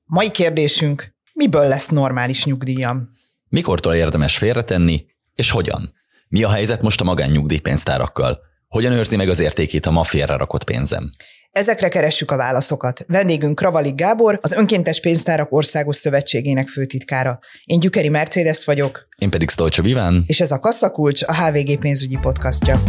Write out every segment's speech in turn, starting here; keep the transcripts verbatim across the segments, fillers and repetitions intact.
Mai kérdésünk, miből lesz normális nyugdíjam? Mikortól érdemes félretenni, és hogyan? Mi a helyzet most a magánnyugdíjpénztárakkal? Hogyan őrzi meg az értékét a ma félrerakott pénzem? Ezekre keressük a válaszokat. Vendégünk Kravalik Gábor, az Önkéntes Pénztárak Országos Szövetségének főtitkára. Én Gyükeri Mercedes vagyok. Én pedig Sztolcsov Iván. És ez a Kasszakulcs, a há vé gé pénzügyi podcastja.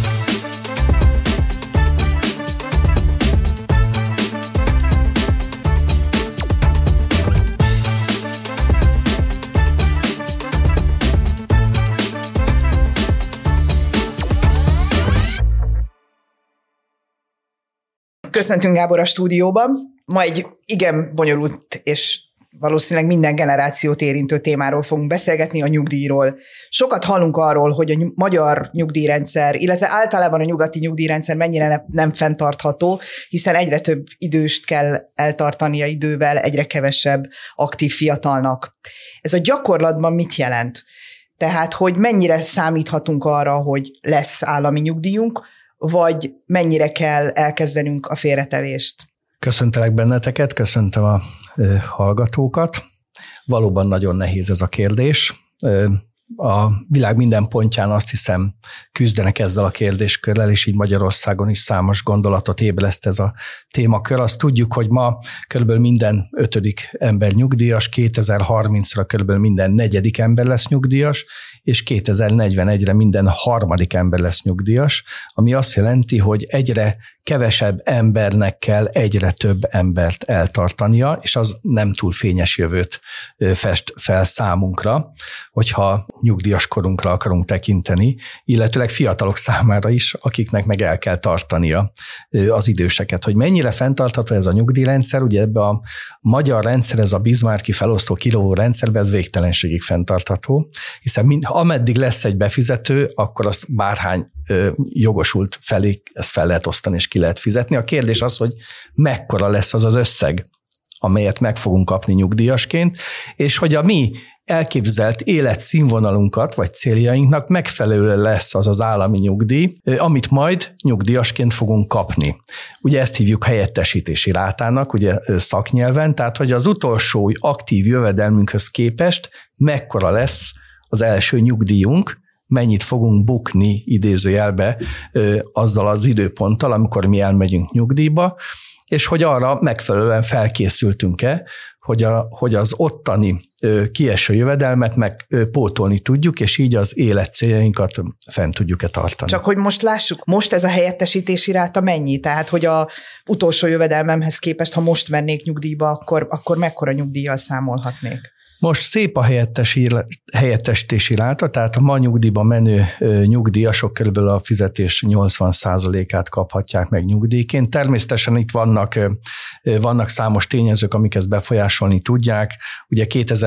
Köszöntünk Gábor a stúdióban. Ma egy igen bonyolult és valószínűleg minden generációt érintő témáról fogunk beszélgetni, a nyugdíjról. Sokat hallunk arról, hogy a magyar nyugdíjrendszer, illetve általában a nyugati nyugdíjrendszer mennyire nem fenntartható, hiszen egyre több időst kell eltartania idővel, egyre kevesebb aktív fiatalnak. Ez a gyakorlatban mit jelent? Tehát, hogy mennyire számíthatunk arra, hogy lesz állami nyugdíjunk, vagy mennyire kell elkezdenünk a félretevést? Köszöntelek benneteket, köszöntöm a e, hallgatókat. Valóban nagyon nehéz ez a kérdés. E, a világ minden pontján azt hiszem küzdenek ezzel a kérdéskörrel, és így Magyarországon is számos gondolatot ébreszt ez a témakör. Azt tudjuk, hogy ma körülbelül minden ötödik ember nyugdíjas, kétezer-harmincra körülbelül minden negyedik ember lesz nyugdíjas, és kétezer-negyvenegyre minden harmadik ember lesz nyugdíjas, ami azt jelenti, hogy egyre kevesebb embernek kell egyre több embert eltartania, és az nem túl fényes jövőt fest fel számunkra, hogyha nyugdíjas korunkra akarunk tekinteni, illetőleg fiatalok számára is, akiknek meg el kell tartania az időseket. Hogy mennyire fenntartható ez a nyugdíjrendszer, ugye ebbe a magyar rendszer, ez a Bismarcki felosztó kilóvó rendszerben, ez végtelenségig fenntartható, hiszen mind, ameddig lesz egy befizető, akkor azt bárhány jogosult felé ezt fel lehet osztani, és ki lehet fizetni. A kérdés az, hogy mekkora lesz az az összeg, amelyet meg fogunk kapni nyugdíjasként, és hogy a mi elképzelt életszínvonalunkat, vagy céljainknak megfelelő lesz az az állami nyugdíj, amit majd nyugdíjasként fogunk kapni. Ugye ezt hívjuk helyettesítési rátának, ugye szaknyelven, tehát hogy az utolsó aktív jövedelmünkhöz képest mekkora lesz az első nyugdíjunk, mennyit fogunk bukni idézőjelbe azzal az időponttal, amikor mi elmegyünk nyugdíjba, és hogy arra megfelelően felkészültünk-e, hogy, a, hogy az ottani kieső jövedelmet megpótolni tudjuk, és így az életcéljainkat fent tudjuk-e tartani. Csak hogy most lássuk, most ez a helyettesítési ráta mennyi? Tehát, hogy a utolsó jövedelmemhez képest, ha most mennék nyugdíjba, akkor, akkor mekkora nyugdíjjal számolhatnék? Most szép a helyettesítési ráta, tehát a ma nyugdíjba menő nyugdíjasok körülbelül a fizetés nyolcvan százalékát kaphatják meg nyugdíjként. Természetesen itt vannak, vannak számos tényezők, amik ezt befolyásolni tudják. Ugye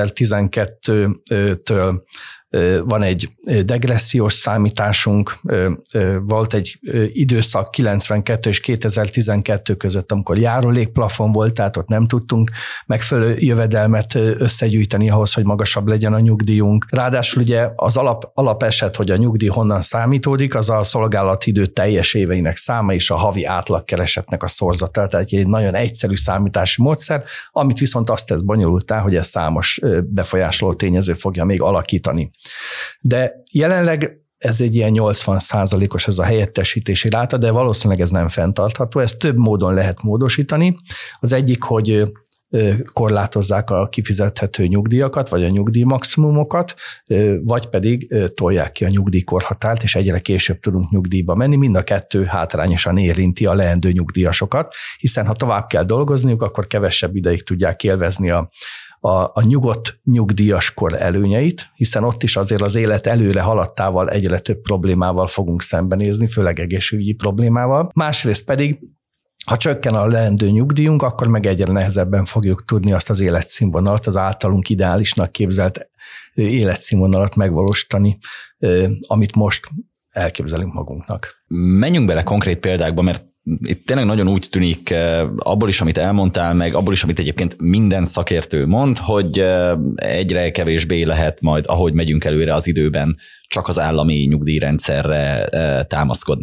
kétezer-tizenkettőtől van egy degressziós számításunk, volt egy időszak kilencvenkettő és kétezer-tizenkettő között, amikor járulékplafon volt, tehát ott nem tudtunk megfelelő jövedelmet összegyűjteni ahhoz, hogy magasabb legyen a nyugdíjunk. Ráadásul ugye az alap, alapeset, hogy a nyugdíj honnan számítódik, az a szolgálatidő teljes éveinek száma és a havi átlagkeresetnek a szorzata. Tehát egy nagyon egyszerű számítási módszer, amit viszont azt tesz bonyolultá, hogy ez számos befolyásoló tényező fogja még alakítani. De jelenleg ez egy ilyen nyolcvan százalékos ez a helyettesítési ráta, de valószínűleg ez nem fenntartható, ezt több módon lehet módosítani. Az egyik, hogy korlátozzák a kifizethető nyugdíjakat, vagy a nyugdíjmaximumokat, vagy pedig tolják ki a nyugdíjkorhatárt, és egyre később tudunk nyugdíjba menni. Mind a kettő hátrányosan érinti a leendő nyugdíjasokat, hiszen ha tovább kell dolgozniuk, akkor kevesebb ideig tudják élvezni a A, a nyugodt nyugdíjaskor előnyeit, hiszen ott is azért az élet előre haladtával egyre több problémával fogunk szembenézni, főleg egészségügyi problémával. Másrészt pedig, ha csökken a leendő nyugdíjunk, akkor meg egyre nehezebben fogjuk tudni azt az életszínvonalat, az általunk ideálisnak képzelt életszínvonalat megvalósítani, amit most elképzelünk magunknak. Menjünk bele konkrét példákba, mert itt tényleg nagyon úgy tűnik abból is, amit elmondtál, meg abból is, amit egyébként minden szakértő mond, hogy egyre kevésbé lehet majd, ahogy megyünk előre az időben, csak az állami nyugdíjrendszerre támaszkodni.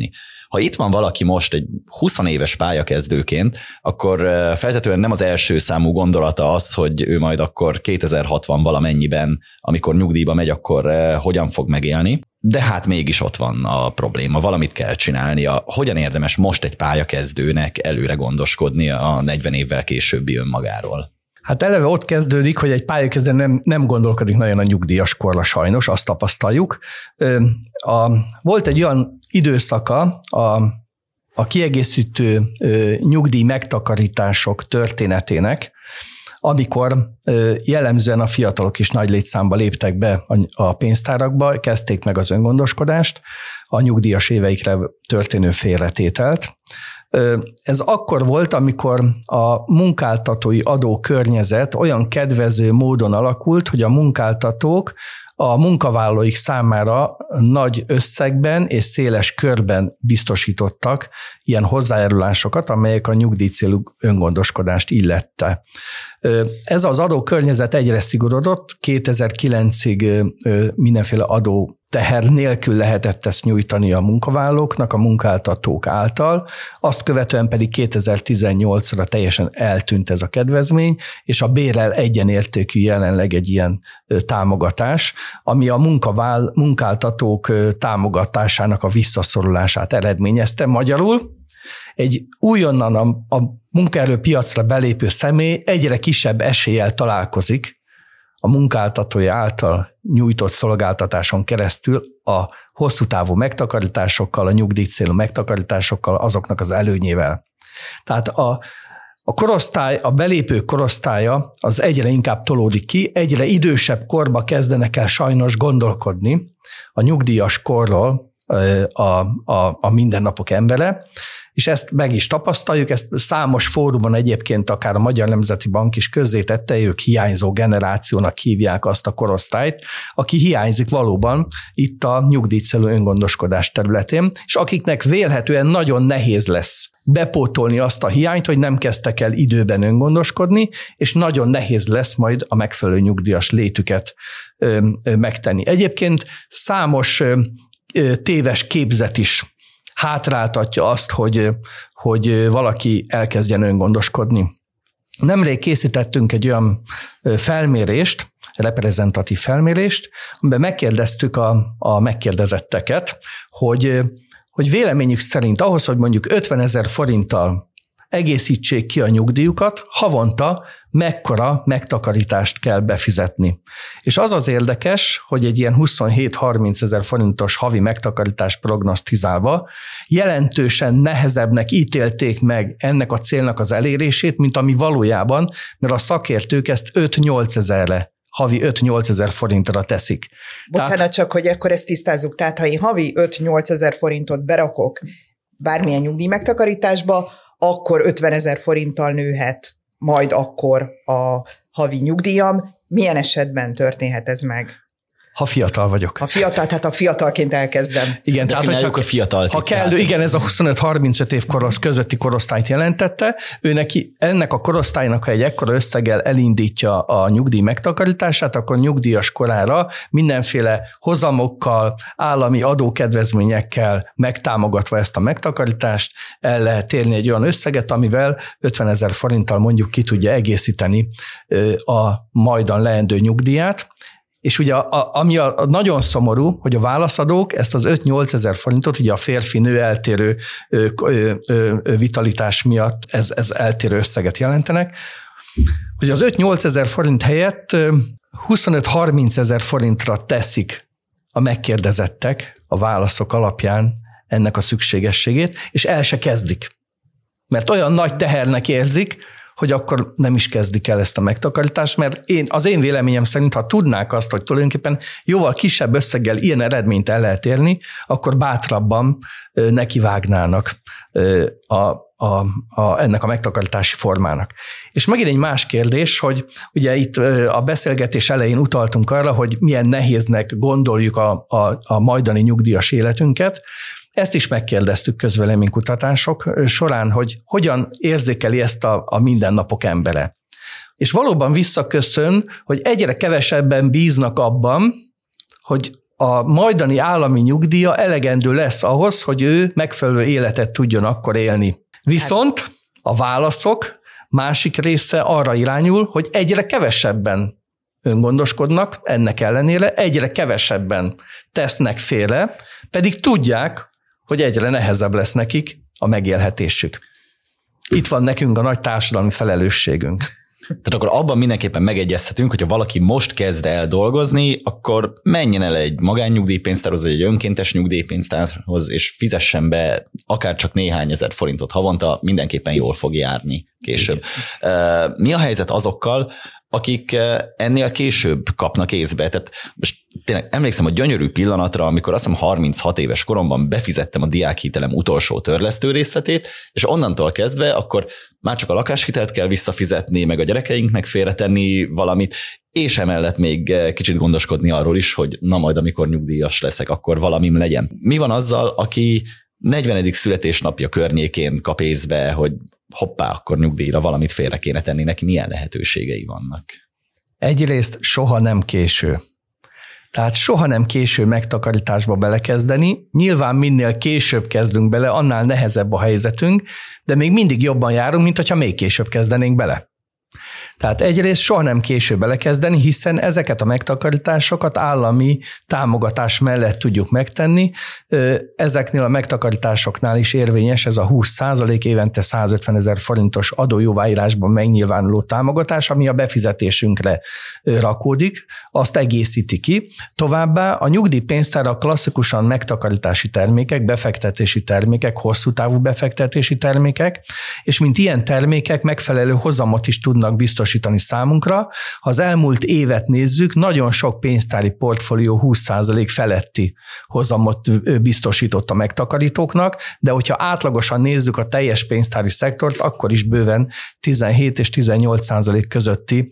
Ha itt van valaki most egy húsz éves pályakezdőként, akkor feltetően nem az első számú gondolata az, hogy ő majd akkor kétezer-hatvan valamennyiben, amikor nyugdíjba megy, akkor hogyan fog megélni. De hát mégis ott van a probléma, valamit kell csinálnia. Hogyan érdemes most egy pályakezdőnek előre gondoskodni a negyven évvel későbbi önmagáról? Hát eleve ott kezdődik, hogy egy pályakezdő nem, nem gondolkodik nagyon a nyugdíjas korra sajnos, azt tapasztaljuk. A, volt egy olyan időszaka a, a kiegészítő nyugdíj megtakarítások történetének, amikor jellemzően a fiatalok is nagy létszámba léptek be a pénztárakba, kezdték meg az öngondoskodást, a nyugdíjas éveikre történő félretételt. Ez akkor volt, amikor a munkáltatói adókörnyezet olyan kedvező módon alakult, hogy a munkáltatók a munkavállalóik számára nagy összegben és széles körben biztosítottak ilyen hozzájárulásokat, amelyek a nyugdíjcélú öngondoskodást illette. Ez az adókörnyezet egyre szigorodott, kétezer-kilencig mindenféle adó teher nélkül lehetett ezt nyújtani a munkavállalóknak, a munkáltatók által, azt követően pedig kétezer-tizennyolcra teljesen eltűnt ez a kedvezmény, és a bérrel egyenértékű jelenleg egy ilyen támogatás, ami a munkavál, munkáltatók támogatásának a visszaszorulását eredményezte. Magyarul egy újonnan a, a munkaerőpiacra belépő személy egyre kisebb eséllyel találkozik a munkáltatója által nyújtott szolgáltatáson keresztül a hosszú távú megtakarításokkal, a nyugdíjcélú megtakarításokkal, azoknak az előnyével. Tehát a, a korosztály, a belépő korosztálya az egyre inkább tolódik ki, egyre idősebb korba kezdenek el sajnos gondolkodni a nyugdíjas korról a, a, a mindennapok embere, és ezt meg is tapasztaljuk, ezt számos fórumon egyébként akár a Magyar Nemzeti Bank is közzétette, ők hiányzó generációnak hívják azt a korosztályt, aki hiányzik valóban itt a nyugdíjcélú öngondoskodás területén, és akiknek vélhetően nagyon nehéz lesz bepótolni azt a hiányt, hogy nem kezdtek el időben öngondoskodni, és nagyon nehéz lesz majd a megfelelő nyugdíjas létüket megtenni. Egyébként számos téves képzet is hátráltatja azt, hogy, hogy valaki elkezdjen öngondoskodni. Nemrég készítettünk egy olyan felmérést, reprezentatív felmérést, amiben megkérdeztük a, a megkérdezetteket, hogy, hogy véleményük szerint ahhoz, hogy mondjuk ötvenezer forinttal egészítsék ki a nyugdíjukat, havonta mekkora megtakarítást kell befizetni. És az az érdekes, hogy egy ilyen huszonhét-harminc ezer forintos havi megtakarítás prognosztizálva jelentősen nehezebbnek ítélték meg ennek a célnak az elérését, mint ami valójában, mert a szakértők ezt öt-nyolc ezerre, havi öt-nyolc ezer forintra teszik. Bocsánat, tehát, csak hogy akkor ezt tisztázzuk. Tehát ha én havi öt-nyolc ezer forintot berakok bármilyen nyugdíj megtakarításba, akkor ötvenezer forinttal nőhet majd akkor a havi nyugdíjam. Milyen esetben történhet ez meg? Ha fiatal vagyok. Ha fiatal, tehát ha fiatalként elkezdem. Igen, tehát hogyha a fiatal. Ha kellő, igen, ez a huszonöt-harmincöt év korosz, közötti korosztályt jelentette, ő neki ennek a korosztálynak, ha egy ekkora összeggel elindítja a nyugdíj megtakarítását, akkor nyugdíjas korára mindenféle hozamokkal, állami adókedvezményekkel megtámogatva ezt a megtakarítást, el lehet érni egy olyan összeget, amivel ötvenezer forinttal mondjuk ki tudja egészíteni a majdan leendő nyugdíját. És ugye a, ami a, a nagyon szomorú, hogy a válaszadók ezt az öt-nyolc ezer forintot, ugye a férfi-nő eltérő ö, ö, ö, vitalitás miatt ez, ez eltérő összeget jelentenek, hogy az öt-nyolc ezer forint helyett huszonöt-harminc ezer forintra teszik a megkérdezettek a válaszok alapján ennek a szükségességét, és el se kezdik. Mert olyan nagy tehernek érzik, hogy akkor nem is kezdik el ezt a megtakarítást, mert én, az én véleményem szerint, ha tudnák azt, hogy tulajdonképpen jóval kisebb összeggel ilyen eredményt el lehet érni, akkor bátrabban nekivágnának a, a, a, ennek a megtakarítási formának. És megint egy más kérdés, hogy ugye itt a beszélgetés elején utaltunk arra, hogy milyen nehéznek gondoljuk a, a, a majdani nyugdíjas életünket. Ezt is megkérdeztük közvéleménykutatások során, hogy hogyan érzékeli ezt a, a mindennapok embere. És valóban visszaköszön, hogy egyre kevesebben bíznak abban, hogy a majdani állami nyugdíja elegendő lesz ahhoz, hogy ő megfelelő életet tudjon akkor élni. Viszont a válaszok másik része arra irányul, hogy egyre kevesebben öngondoskodnak, ennek ellenére egyre kevesebben tesznek félre, pedig tudják, hogy egyre nehezebb lesz nekik a megélhetésük. Itt van nekünk a nagy társadalmi felelősségünk. Tehát akkor abban mindenképpen megegyezhetünk, hogyha valaki most kezd el dolgozni, akkor menjen el egy magánnyugdíjpénztárhoz, vagy egy önkéntes nyugdíjpénztárhoz, és fizessen be akár csak néhány ezer forintot havonta, mindenképpen jól fog járni később. Igen. Mi a helyzet azokkal, akik ennél később kapnak észbe? Tehát most tényleg emlékszem a gyönyörű pillanatra, amikor azt hiszem harminchat éves koromban befizettem a diákhitelem utolsó törlesztő részletét, és onnantól kezdve akkor már csak a lakáshitelt kell visszafizetni, meg a gyerekeinknek félretenni valamit, és emellett még kicsit gondoskodni arról is, hogy na majd amikor nyugdíjas leszek, akkor valamim legyen. Mi van azzal, aki negyvenedik születésnapja környékén kap észbe, hogy hoppá, akkor nyugdíjra valamit félre kéne tenni, neki milyen lehetőségei vannak? Egyrészt soha nem késő. Tehát soha nem késő megtakarításba belekezdeni. Nyilván minél később kezdünk bele, annál nehezebb a helyzetünk, de még mindig jobban járunk, mint hogyha még később kezdenénk bele. Tehát egyrészt soha nem késő belekezdeni, hiszen ezeket a megtakarításokat állami támogatás mellett tudjuk megtenni. Ezeknél a megtakarításoknál is érvényes ez a húsz százalék évente százötvenezer forintos adójóváírásban megnyilvánuló támogatás, ami a befizetésünkre rakódik, azt egészíti ki. Továbbá a nyugdíjpénztárak klasszikusan megtakarítási termékek, befektetési termékek, hosszú távú befektetési termékek, és mint ilyen termékek megfelelő hozamot is tudnak biztosítani számunkra. Ha az elmúlt évet nézzük, nagyon sok pénztári portfólió húsz százalék feletti hozamot biztosított a megtakarítóknak, de hogyha átlagosan nézzük a teljes pénztári szektort, akkor is bőven tizenhét és tizennyolc százalék közötti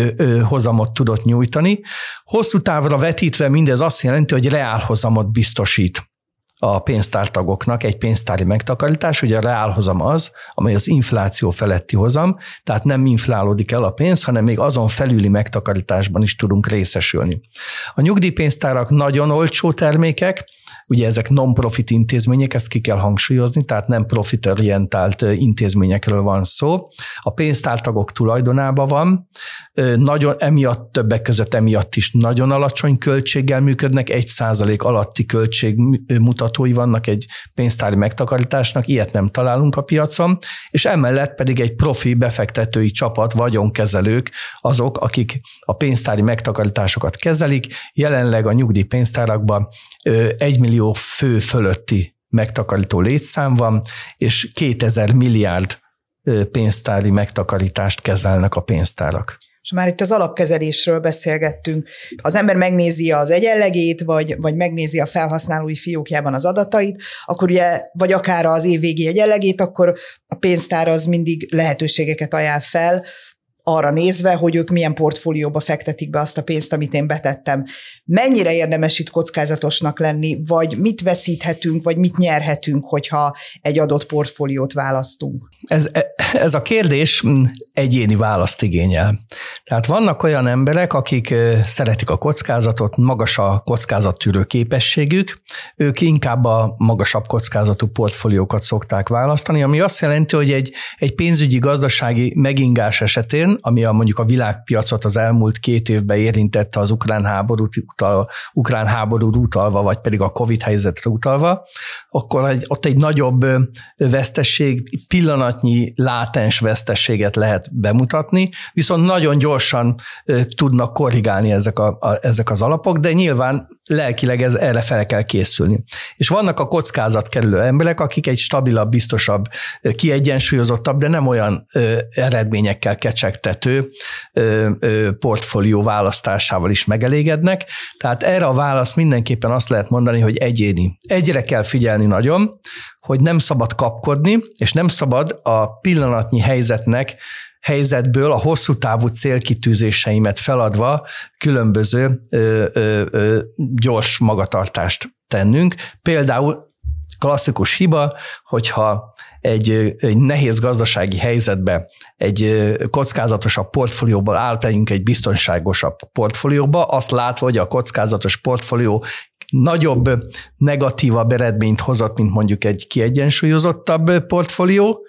hozamot tudott nyújtani. Hosszú távra vetítve mindez azt jelenti, hogy reálhozamot biztosít a pénztártagoknak egy pénztári megtakarítás, ugye a reálhozam az, amely az infláció feletti hozam, tehát nem inflálódik el a pénz, hanem még azon felüli megtakarításban is tudunk részesülni. A nyugdíjpénztárak nagyon olcsó termékek, ugye ezek non-profit intézmények, ezt ki kell hangsúlyozni, tehát nem profitorientált intézményekről van szó. A pénztártagok tulajdonában van, nagyon emiatt, többek között emiatt is nagyon alacsony költséggel működnek, egy százalék alatti költségmutatói vannak egy pénztári megtakarításnak, ilyet nem találunk a piacon, és emellett pedig egy profi befektetői csapat, vagyonkezelők, azok, akik a pénztári megtakarításokat kezelik, jelenleg a nyugdíjpénztárakban egy millió fő fölötti megtakarító létszám van, és kétezer milliárd pénztári megtakarítást kezelnek a pénztárak. És már itt az alapkezelésről beszélgettünk. Az ember megnézi az egyenlegét, vagy, vagy megnézi a felhasználói fiókjában az adatait, akkor ugye, vagy akár az évvégi egyenlegét, akkor a pénztár az mindig lehetőségeket ajánl fel, arra nézve, hogy ők milyen portfólióba fektetik be azt a pénzt, amit én betettem. Mennyire érdemes itt kockázatosnak lenni, vagy mit veszíthetünk, vagy mit nyerhetünk, hogyha egy adott portfóliót választunk? Ez, ez a kérdés egyéni választ igényel. Tehát vannak olyan emberek, akik szeretik a kockázatot, magas a kockázattűrő képességük, ők inkább a magasabb kockázatú portfóliókat szokták választani, ami azt jelenti, hogy egy, egy pénzügyi gazdasági megingás esetén, ami a, mondjuk a világpiacot az elmúlt két évben érintette az ukrán háborút utalva, ukrán háború utalva, vagy pedig a Covid helyzetre utalva, akkor egy, ott egy nagyobb vesztesség, pillanatnyi látens vesztességet lehet bemutatni, viszont nagyon gyorsan tudnak korrigálni ezek, a, a, ezek az alapok, de nyilván lelkileg ez, erre fel kell készülni. És vannak a kockázatkerülő emberek, akik egy stabilabb, biztosabb, kiegyensúlyozottabb, de nem olyan ö, eredményekkel kecsegtető ö, ö, portfólió választásával is megelégednek. Tehát erre a választ mindenképpen azt lehet mondani, hogy egyéni. Egyre kell figyelni nagyon, hogy nem szabad kapkodni, és nem szabad a pillanatnyi helyzetnek helyzetből a hosszú távú célkitűzéseimet feladva különböző ö, ö, ö, gyors magatartást tennünk. Például klasszikus hiba, hogyha egy, egy nehéz gazdasági helyzetbe, egy kockázatosabb portfólióból átmegyünk egy biztonságosabb portfólióba, azt látva, hogy a kockázatos portfólió nagyobb, negatívabb eredményt hozott, mint mondjuk egy kiegyensúlyozottabb portfólió,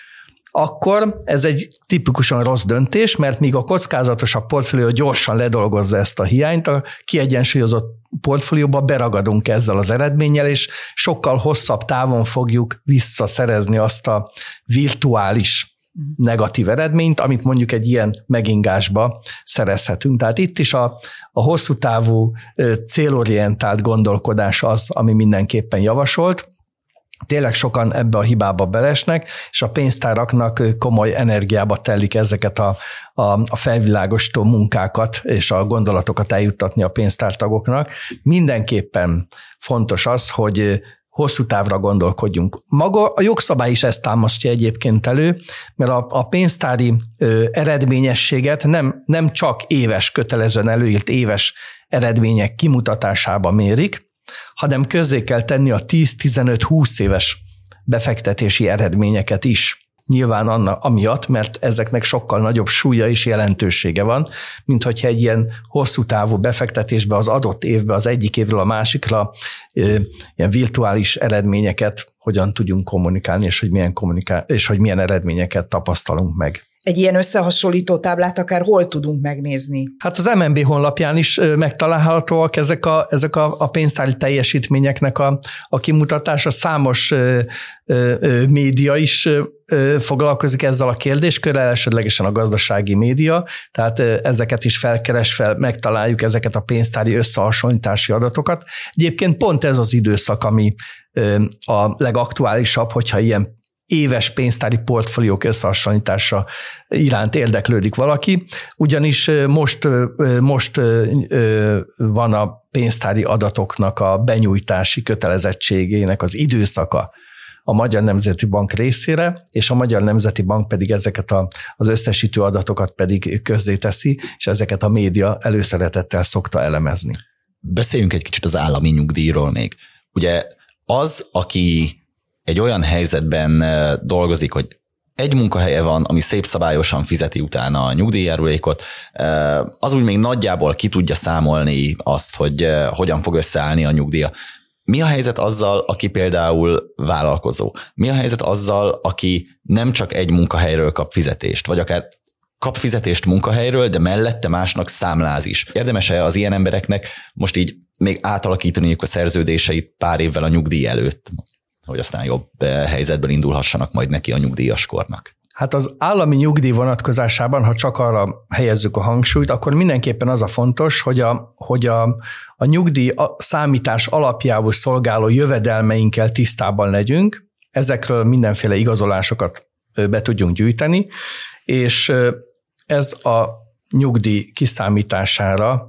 akkor ez egy tipikusan rossz döntés, mert míg a kockázatosabb portfólió gyorsan ledolgozza ezt a hiányt, a kiegyensúlyozott portfólióba beragadunk ezzel az eredménnyel, és sokkal hosszabb távon fogjuk visszaszerezni azt a virtuális negatív eredményt, amit mondjuk egy ilyen megingásba szerezhetünk. Tehát itt is a, a hosszú távú célorientált gondolkodás az, ami mindenképpen javasolt. Tényleg sokan ebbe a hibába belesnek, és a pénztáraknak komoly energiába telik ezeket a, a, a felvilágosító munkákat és a gondolatokat eljuttatni a pénztártagoknak. Mindenképpen fontos az, hogy hosszú távra gondolkodjunk. Maga a jogszabály is ezt támasztja egyébként elő, mert a, a pénztári ö, eredményességet nem, nem csak éves, kötelezően előírt éves eredmények kimutatásában mérik, hanem közzé kell tenni a tíz, tizenöt, húsz éves befektetési eredményeket is. Nyilván anna, amiatt, mert ezeknek sokkal nagyobb súlya és jelentősége van, mint hogyha egy ilyen hosszú távú befektetésbe az adott évbe, az egyik évről a másikra ö, ilyen virtuális eredményeket hogyan tudjunk kommunikálni, és hogy milyen, kommunikál, és hogy milyen eredményeket tapasztalunk meg. Egy ilyen összehasonlító táblát akár hol tudunk megnézni? Hát az em en bé honlapján is megtalálhatóak ezek a, ezek a, a pénztári teljesítményeknek a, a kimutatása. Számos ö, ö, média is ö, foglalkozik ezzel a kérdéskörrel, elsődlegesen a gazdasági média, tehát ö, ezeket is felkeres fel, megtaláljuk ezeket a pénztári összehasonlítási adatokat. Egyébként pont ez az időszak, ami ö, a legaktuálisabb, hogyha ilyen éves pénztári portfóliók összehasonlítása iránt érdeklődik valaki, ugyanis most, most van a pénztári adatoknak a benyújtási kötelezettségének az időszaka a Magyar Nemzeti Bank részére, és a Magyar Nemzeti Bank pedig ezeket a, az összesítő adatokat pedig közzéteszi, és ezeket a média előszeretettel szokta elemezni. Beszéljünk egy kicsit az állami nyugdíjról még. Ugye az, aki egy olyan helyzetben dolgozik, hogy egy munkahelye van, ami szép szabályosan fizeti utána a nyugdíjjárulékot, az úgy még nagyjából ki tudja számolni azt, hogy hogyan fog összeállni a nyugdíja. Mi a helyzet azzal, aki például vállalkozó? Mi a helyzet azzal, aki nem csak egy munkahelyről kap fizetést, vagy akár kap fizetést munkahelyről, de mellette másnak számláz is? Érdemes-e az ilyen embereknek most így még átalakítaniuk a szerződéseit pár évvel a nyugdíj előtt, hogy aztán jobb helyzetben indulhassanak majd neki a nyugdíjaskornak? Hát az állami nyugdíj vonatkozásában, ha csak arra helyezzük a hangsúlyt, akkor mindenképpen az a fontos, hogy a, hogy a, a nyugdíj számítás alapjául szolgáló jövedelmeinkkel tisztában legyünk, ezekről mindenféle igazolásokat be tudjunk gyűjteni, és ez a nyugdíj kiszámítására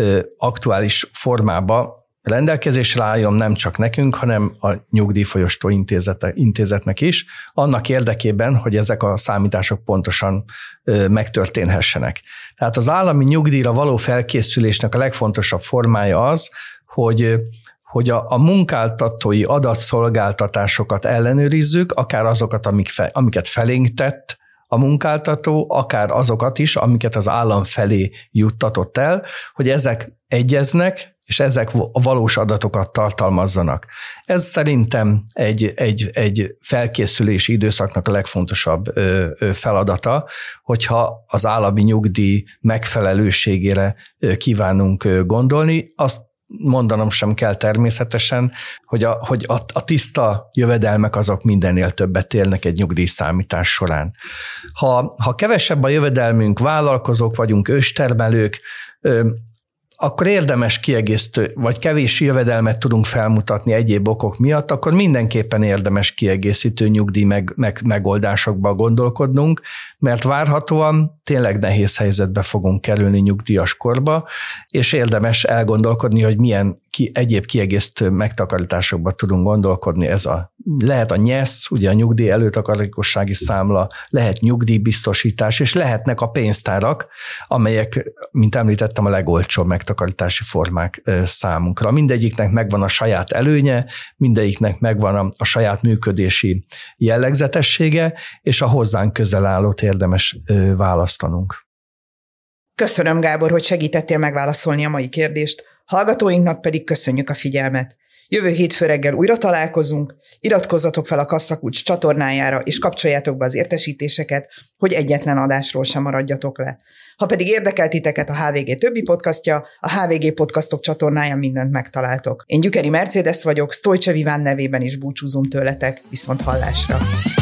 aktuális formába rendelkezésre álljon nem csak nekünk, hanem a nyugdíjfolyosító intézetnek is, annak érdekében, hogy ezek a számítások pontosan megtörténhessenek. Tehát az állami nyugdíjra való felkészülésnek a legfontosabb formája az, hogy hogy a, a munkáltatói adatszolgáltatásokat ellenőrizzük, akár azokat, amik fe, amiket felénk tett a munkáltató, akár azokat is, amiket az állam felé juttatott el, hogy ezek egyeznek, és ezek a valós adatokat tartalmazzanak. Ez szerintem egy, egy, egy felkészülési időszaknak a legfontosabb feladata, hogyha az állami nyugdíj megfelelőségére kívánunk gondolni. Azt mondanom sem kell természetesen, hogy a, hogy a, a tiszta jövedelmek azok mindennél többet érnek egy nyugdíjszámítás során. Ha, ha kevesebb a jövedelmünk, vállalkozók vagyunk, őstermelők, akkor érdemes kiegészítő, vagy kevés jövedelmet tudunk felmutatni egyéb okok miatt, akkor mindenképpen érdemes kiegészítő nyugdíj meg, meg, megoldásokba gondolkodnunk, mert várhatóan tényleg nehéz helyzetbe fogunk kerülni nyugdíjas korba, és érdemes elgondolkodni, hogy milyen ki, egyéb kiegészítő megtakarításokban tudunk gondolkodni. Ez a, lehet a nyesz, ugye a nyugdíj előtakarékossági számla, lehet nyugdíjbiztosítás, és lehetnek a pénztárak, amelyek, mint említettem, a legolcsóbb megtakarítási formák számunkra. Mindegyiknek megvan a saját előnye, mindegyiknek megvan a saját működési jellegzetessége, és a hozzánk közel állót érdemes választanunk. Köszönöm, Gábor, hogy segítettél megválaszolni a mai kérdést, hallgatóinknak pedig köszönjük a figyelmet. Jövő hétfő reggel újra találkozunk, iratkozzatok fel a Kasszakulcs csatornájára, és kapcsoljátok be az értesítéseket, hogy egyetlen adásról sem maradjatok le. Ha pedig érdekel titeket a há vé gé többi podcastja, a há vé gé Podcastok csatornáján mindent megtaláltok. Én Gyükeri Mercedes vagyok, Sztojcsev Iván nevében is búcsúzom tőletek, viszont hallásra.